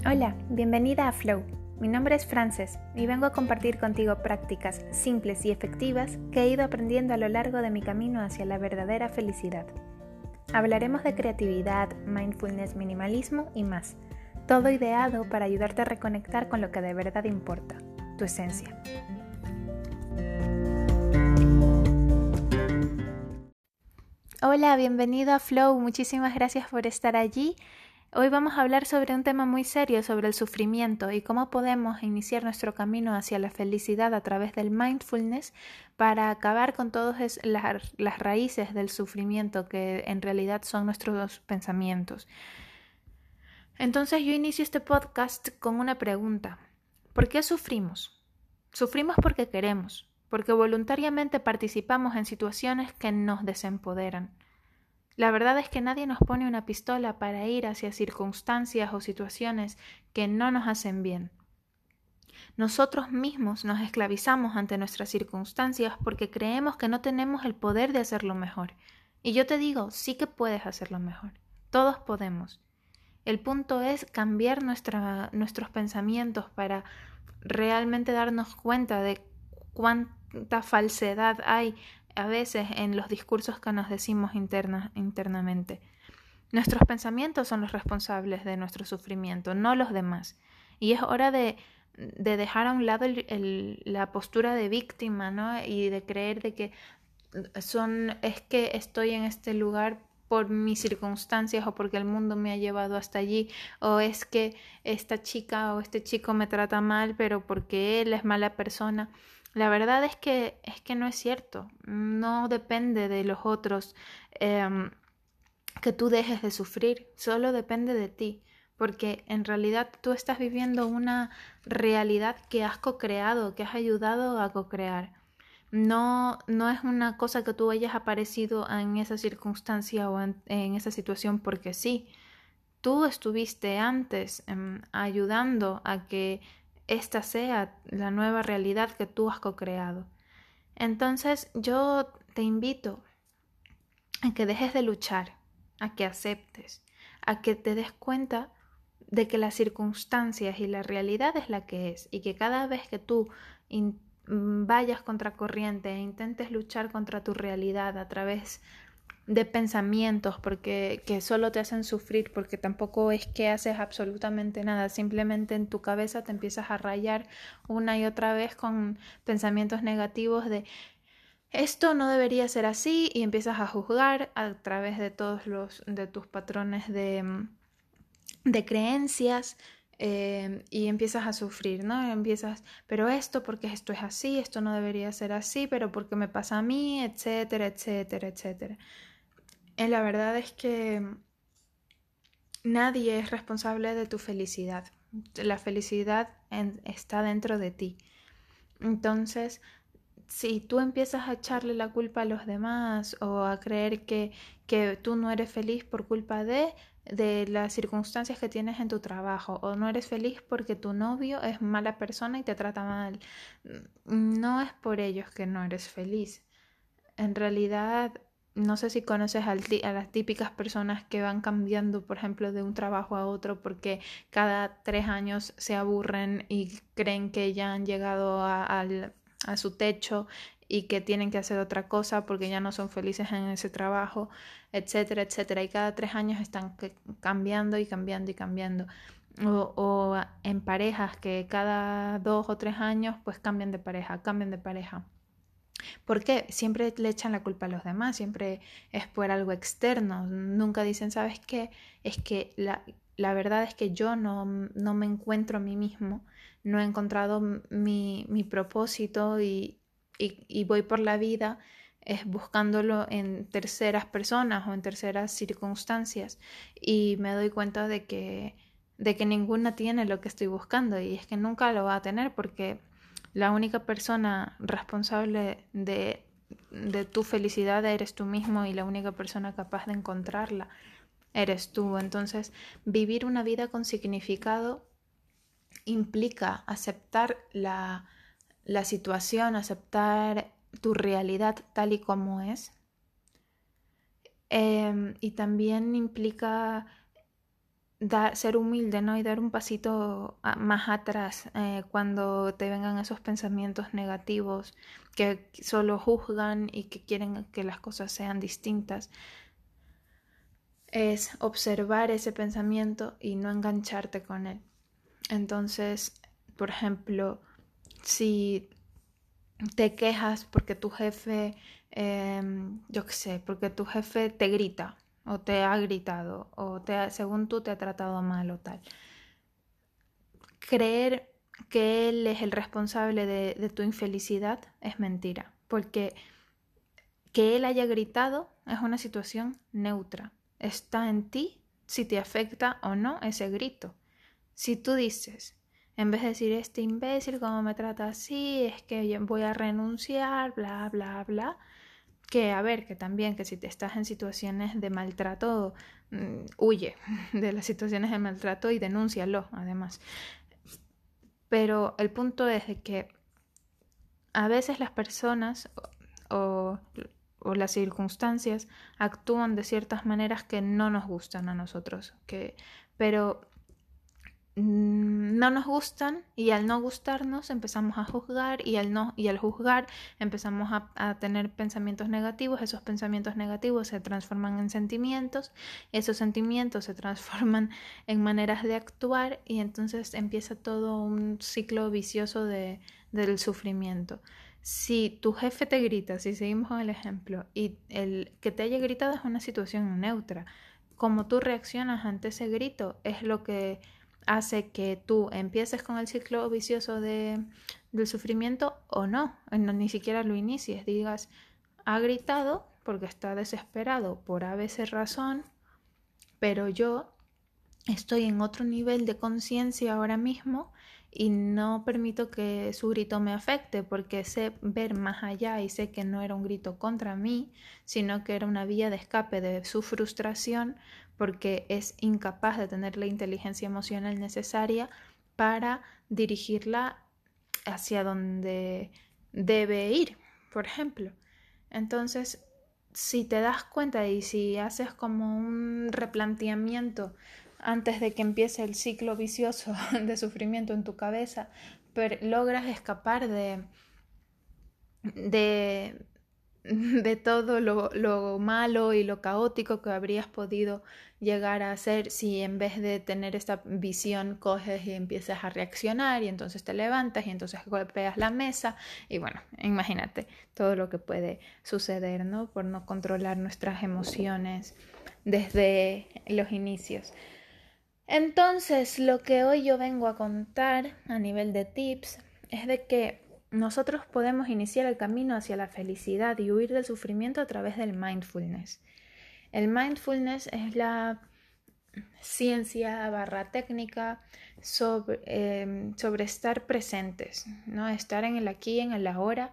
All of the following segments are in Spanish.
Hola, bienvenida a Flow. Mi nombre es Frances y vengo a compartir contigo prácticas simples y efectivas que he ido aprendiendo a lo largo de mi camino hacia la verdadera felicidad. Hablaremos de creatividad, mindfulness, minimalismo y más. Todo ideado para ayudarte a reconectar con lo que de verdad importa, tu esencia. Hola, bienvenido a Flow. Muchísimas gracias por estar allí. Hoy vamos a hablar sobre un tema muy serio, sobre el sufrimiento y cómo podemos iniciar nuestro camino hacia la felicidad a través del mindfulness para acabar con todas las raíces del sufrimiento que en realidad son nuestros pensamientos. Entonces yo inicio este podcast con una pregunta. ¿Por qué sufrimos? Sufrimos porque queremos, porque voluntariamente participamos en situaciones que nos desempoderan. La verdad es que nadie nos pone una pistola para ir hacia circunstancias o situaciones que no nos hacen bien. Nosotros mismos nos esclavizamos ante nuestras circunstancias porque creemos que no tenemos el poder de hacerlo mejor. Y yo te digo, sí que puedes hacerlo mejor. Todos podemos. El punto es cambiar nuestros pensamientos para realmente darnos cuenta de cuánta falsedad hay a veces en los discursos que nos decimos internamente. Nuestros pensamientos son los responsables de nuestro sufrimiento, no los demás. Y es hora de dejar a un lado la postura de víctima, ¿no? Y de creer de que es que estoy en este lugar por mis circunstancias o porque el mundo me ha llevado hasta allí, o es que esta chica o este chico me trata mal, pero porque él es mala persona. La verdad es que no es cierto. No depende de los otros que tú dejes de sufrir, solo depende de ti, porque en realidad tú estás viviendo una realidad que has co-creado, que has ayudado a co-crear. No es una cosa que tú hayas aparecido en esa circunstancia o en esa situación porque sí. Tú estuviste antes ayudando a que esta sea la nueva realidad que tú has co-creado. Entonces yo te invito a que dejes de luchar, a que aceptes, a que te des cuenta de que las circunstancias y la realidad es la que es y que cada vez que tú vayas contra corriente e intentes luchar contra tu realidad a través de pensamientos porque que solo te hacen sufrir, porque tampoco es que haces absolutamente nada, simplemente en tu cabeza te empiezas a rayar una y otra vez con pensamientos negativos de esto no debería ser así y empiezas a juzgar a través de de tus patrones de creencias y empiezas a sufrir, ¿no? Pero esto porque esto es así, esto no debería ser así, pero porque me pasa a mí, etcétera, etcétera, etcétera. La verdad es que nadie es responsable de tu felicidad. La felicidad está dentro de ti. Entonces, si tú empiezas a echarle la culpa a los demás o a creer que tú no eres feliz por culpa de las circunstancias que tienes en tu trabajo, o no eres feliz porque tu novio es mala persona y te trata mal, no es por ellos que no eres feliz. En realidad, no sé si conoces a las típicas personas que van cambiando, por ejemplo, de un trabajo a otro porque cada 3 años se aburren y creen que ya han llegado a su techo y que tienen que hacer otra cosa porque ya no son felices en ese trabajo, etcétera, etcétera. Y cada 3 años están cambiando y cambiando y cambiando. O en parejas que cada 2 o 3 años pues cambian de pareja, cambian de pareja. ¿Por qué? Siempre le echan la culpa a los demás, siempre es por algo externo. Nunca dicen, ¿sabes qué? Es que la verdad es que yo no me encuentro a mí mismo, no he encontrado mi propósito y voy por la vida buscándolo en terceras personas o en terceras circunstancias y me doy cuenta de que ninguna tiene lo que estoy buscando y es que nunca lo va a tener porque la única persona responsable de tu felicidad eres tú mismo y la única persona capaz de encontrarla eres tú. Entonces, vivir una vida con significado implica aceptar la situación, aceptar tu realidad tal y como es. Y también implica ser humilde, ¿no? Y dar un pasito más atrás cuando te vengan esos pensamientos negativos que solo juzgan y que quieren que las cosas sean distintas. Es observar ese pensamiento y no engancharte con él. Entonces, por ejemplo, si te quejas porque tu jefe, yo qué sé, porque tu jefe te grita o te ha gritado o según tú te ha tratado mal o tal. Creer que él es el responsable de tu infelicidad es mentira, porque que él haya gritado es una situación neutra. Está en ti si te afecta o no ese grito. Si tú dices, en vez de decir este imbécil, cómo me trata así, es que yo voy a renunciar, bla, bla, bla, que a ver, que también, que si te estás en situaciones de maltrato, huye de las situaciones de maltrato y denúncialo, además. Pero el punto es de que a veces las personas o, o las circunstancias actúan de ciertas maneras que no nos gustan a nosotros, pero no nos gustan y al no gustarnos empezamos a juzgar y al juzgar empezamos a tener pensamientos negativos. Esos pensamientos negativos se transforman en sentimientos, esos sentimientos se transforman en maneras de actuar y entonces empieza todo un ciclo vicioso del sufrimiento. Si tu jefe te grita, si seguimos con el ejemplo, y el que te haya gritado es una situación neutra, como tú reaccionas ante ese grito es lo que hace que tú empieces con el ciclo vicioso del sufrimiento o no, ni siquiera lo inicies, digas, ha gritado porque está desesperado por ABC razón, pero yo estoy en otro nivel de conciencia ahora mismo y no permito que su grito me afecte porque sé ver más allá y sé que no era un grito contra mí, sino que era una vía de escape de su frustración porque es incapaz de tener la inteligencia emocional necesaria para dirigirla hacia donde debe ir, por ejemplo. Entonces, si te das cuenta y si haces como un replanteamiento antes de que empiece el ciclo vicioso de sufrimiento en tu cabeza, pero logras escapar de, de todo lo malo y lo caótico que habrías podido llegar a hacer si en vez de tener esta visión coges y empiezas a reaccionar y entonces te levantas y entonces golpeas la mesa y bueno, imagínate todo lo que puede suceder, ¿no? Por no controlar nuestras emociones desde los inicios. Entonces, lo que hoy yo vengo a contar a nivel de tips es de que nosotros podemos iniciar el camino hacia la felicidad y huir del sufrimiento a través del mindfulness. El mindfulness es la ciencia barra técnica sobre estar presentes, ¿no? Estar en el aquí, en el ahora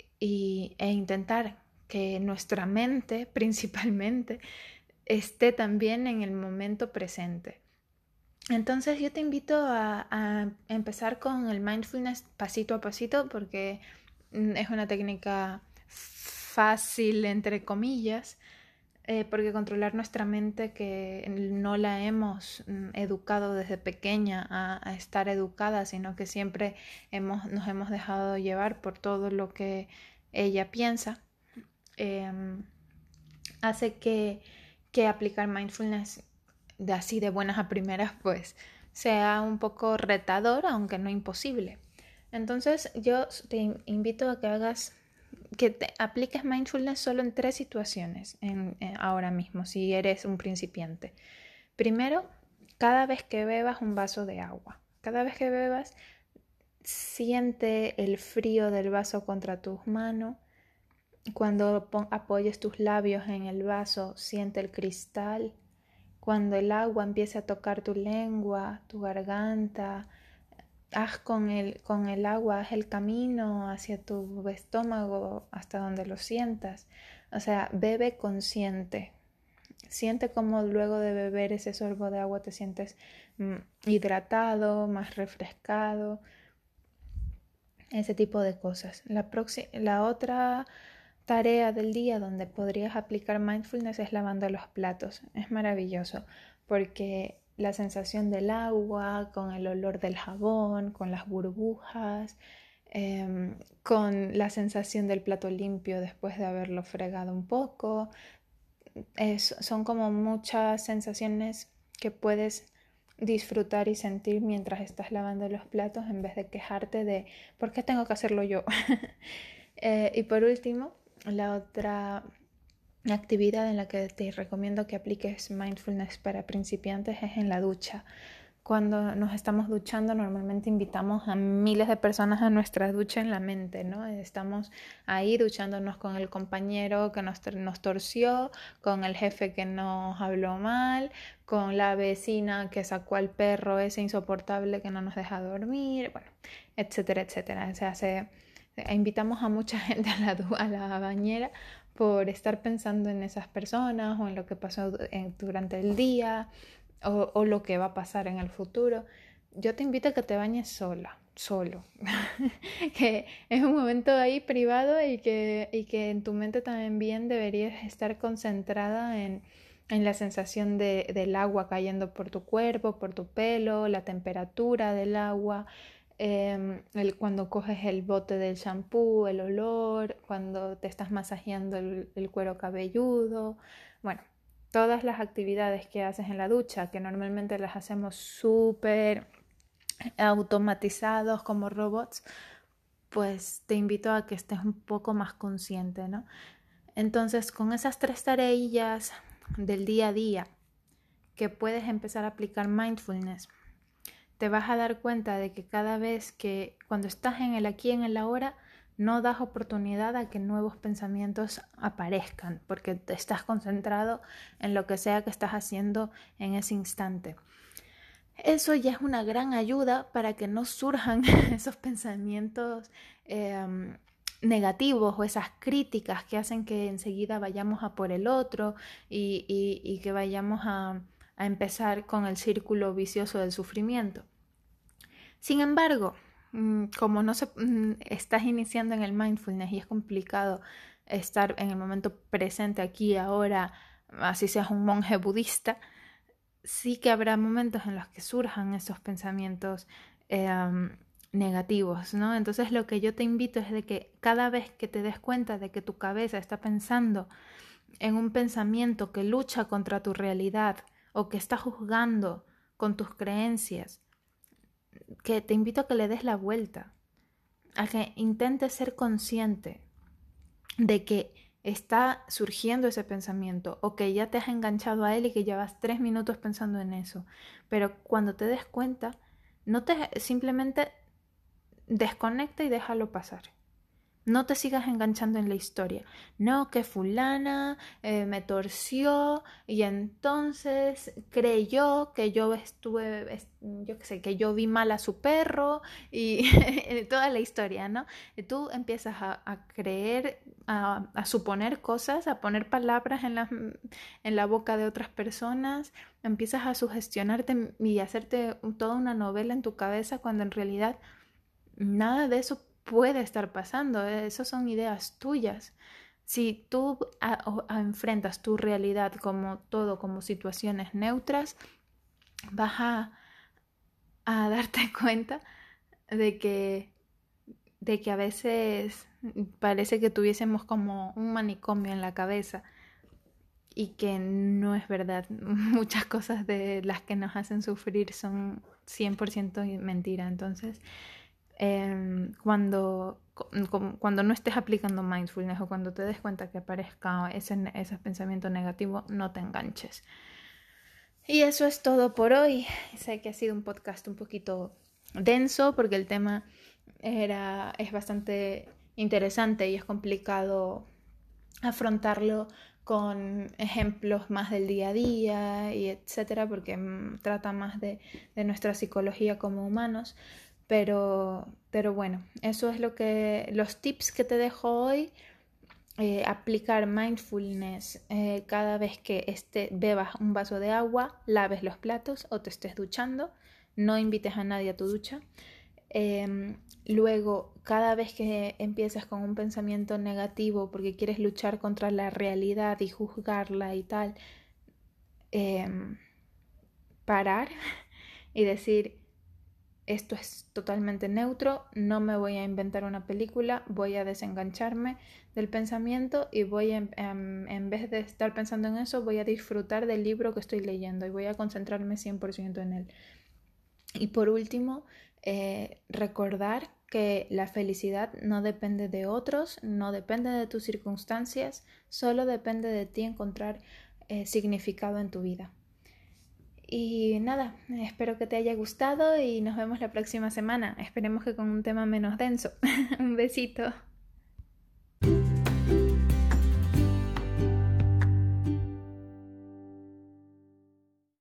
e intentar que nuestra mente principalmente esté también en el momento presente. Entonces yo te invito a empezar con el mindfulness pasito a pasito porque es una técnica fácil, entre comillas, porque controlar nuestra mente que no la hemos educado desde pequeña a estar educada, sino que siempre nos hemos dejado llevar por todo lo que ella piensa, eh, hace que aplicar mindfulness así de buenas a primeras pues sea un poco retador, aunque no imposible. Entonces yo te invito a que te apliques mindfulness solo en 3 situaciones ahora mismo, si eres un principiante. Primero, cada vez que bebas un vaso de agua. Cada vez que bebas, siente el frío del vaso contra tus manos. Cuando apoyes tus labios en el vaso, siente el cristal. Cuando el agua empiece a tocar tu lengua, tu garganta, haz con el agua, haz el camino hacia tu estómago hasta donde lo sientas. O sea, bebe consciente. Siente como luego de beber ese sorbo de agua te sientes hidratado, más refrescado, ese tipo de cosas. La otra tarea del día donde podrías aplicar mindfulness es lavando los platos. Es maravilloso porque la sensación del agua, con el olor del jabón, con las burbujas, con la sensación del plato limpio después de haberlo fregado un poco. Son como muchas sensaciones que puedes disfrutar y sentir mientras estás lavando los platos en vez de quejarte de ¿por qué tengo que hacerlo yo? Y por último, la otra actividad en la que te recomiendo que apliques mindfulness para principiantes es en la ducha. Cuando nos estamos duchando, normalmente invitamos a miles de personas a nuestra ducha en la mente, ¿no? Estamos ahí duchándonos con el compañero que nos torció, con el jefe que nos habló mal, con la vecina que sacó al perro ese insoportable que no nos deja dormir, bueno, etcétera, etcétera. O sea, invitamos a mucha gente a la bañera por estar pensando en esas personas o en lo que pasó durante el día o lo que va a pasar en el futuro. Yo te invito a que te bañes solo, que es un momento ahí privado y que en tu mente también deberías estar concentrada en la sensación del agua cayendo por tu cuerpo, por tu pelo, la temperatura del agua, cuando coges el bote del shampoo, el olor, cuando te estás masajeando el cuero cabelludo, bueno, todas las actividades que haces en la ducha, que normalmente las hacemos súper automatizados como robots, pues te invito a que estés un poco más consciente, ¿no? Entonces, con esas 3 tareillas del día a día que puedes empezar a aplicar mindfulness, te vas a dar cuenta de que cada vez que cuando estás en el aquí, en el ahora, no das oportunidad a que nuevos pensamientos aparezcan, porque te estás concentrado en lo que sea que estás haciendo en ese instante. Eso ya es una gran ayuda para que no surjan esos pensamientos negativos o esas críticas que hacen que enseguida vayamos a por el otro y que vayamos a empezar con el círculo vicioso del sufrimiento. Sin embargo, como estás iniciando en el mindfulness y es complicado estar en el momento presente aquí y ahora, así seas un monje budista, sí que habrá momentos en los que surjan esos pensamientos negativos, ¿no? Entonces lo que yo te invito es de que cada vez que te des cuenta de que tu cabeza está pensando en un pensamiento que lucha contra tu realidad o que está juzgando con tus creencias, que te invito a que le des la vuelta, a que intentes ser consciente de que está surgiendo ese pensamiento o que ya te has enganchado a él y que llevas 3 minutos pensando en eso. Pero cuando te des cuenta, simplemente desconecta y déjalo pasar. No te sigas enganchando en la historia. No, que fulana me torció y entonces creyó que yo yo qué sé, que yo vi mal a su perro y toda la historia, ¿no? Y tú empiezas a creer, a suponer cosas, a poner palabras en la boca de otras personas, empiezas a sugestionarte y hacerte toda una novela en tu cabeza cuando en realidad nada de eso puede estar pasando, esas son ideas tuyas. Si tú enfrentas tu realidad como todo, como situaciones neutras, vas a darte cuenta de que a veces parece que tuviésemos como un manicomio en la cabeza y que no es verdad. Muchas cosas de las que nos hacen sufrir son 100% mentira. Entonces, cuando no estés aplicando mindfulness o cuando te des cuenta que aparezca ese pensamiento negativo, no te enganches. Y eso es todo por hoy. Sé que ha sido un podcast un poquito denso porque el tema es bastante interesante y es complicado afrontarlo con ejemplos más del día a día y etcétera, porque trata más de nuestra psicología como humanos. Pero bueno, eso es los tips que te dejo hoy. Aplicar mindfulness cada vez que bebas un vaso de agua, laves los platos o te estés duchando. No invites a nadie a tu ducha. Luego, cada vez que empiezas con un pensamiento negativo porque quieres luchar contra la realidad y juzgarla y tal, parar y decir, esto es totalmente neutro, no me voy a inventar una película, voy a desengancharme del pensamiento y voy en vez de estar pensando en eso, voy a disfrutar del libro que estoy leyendo y voy a concentrarme 100% en él. Y por último, recordar que la felicidad no depende de otros, no depende de tus circunstancias, solo depende de ti encontrar significado en tu vida. Y nada, espero que te haya gustado y nos vemos la próxima semana. Esperemos que con un tema menos denso. Un besito.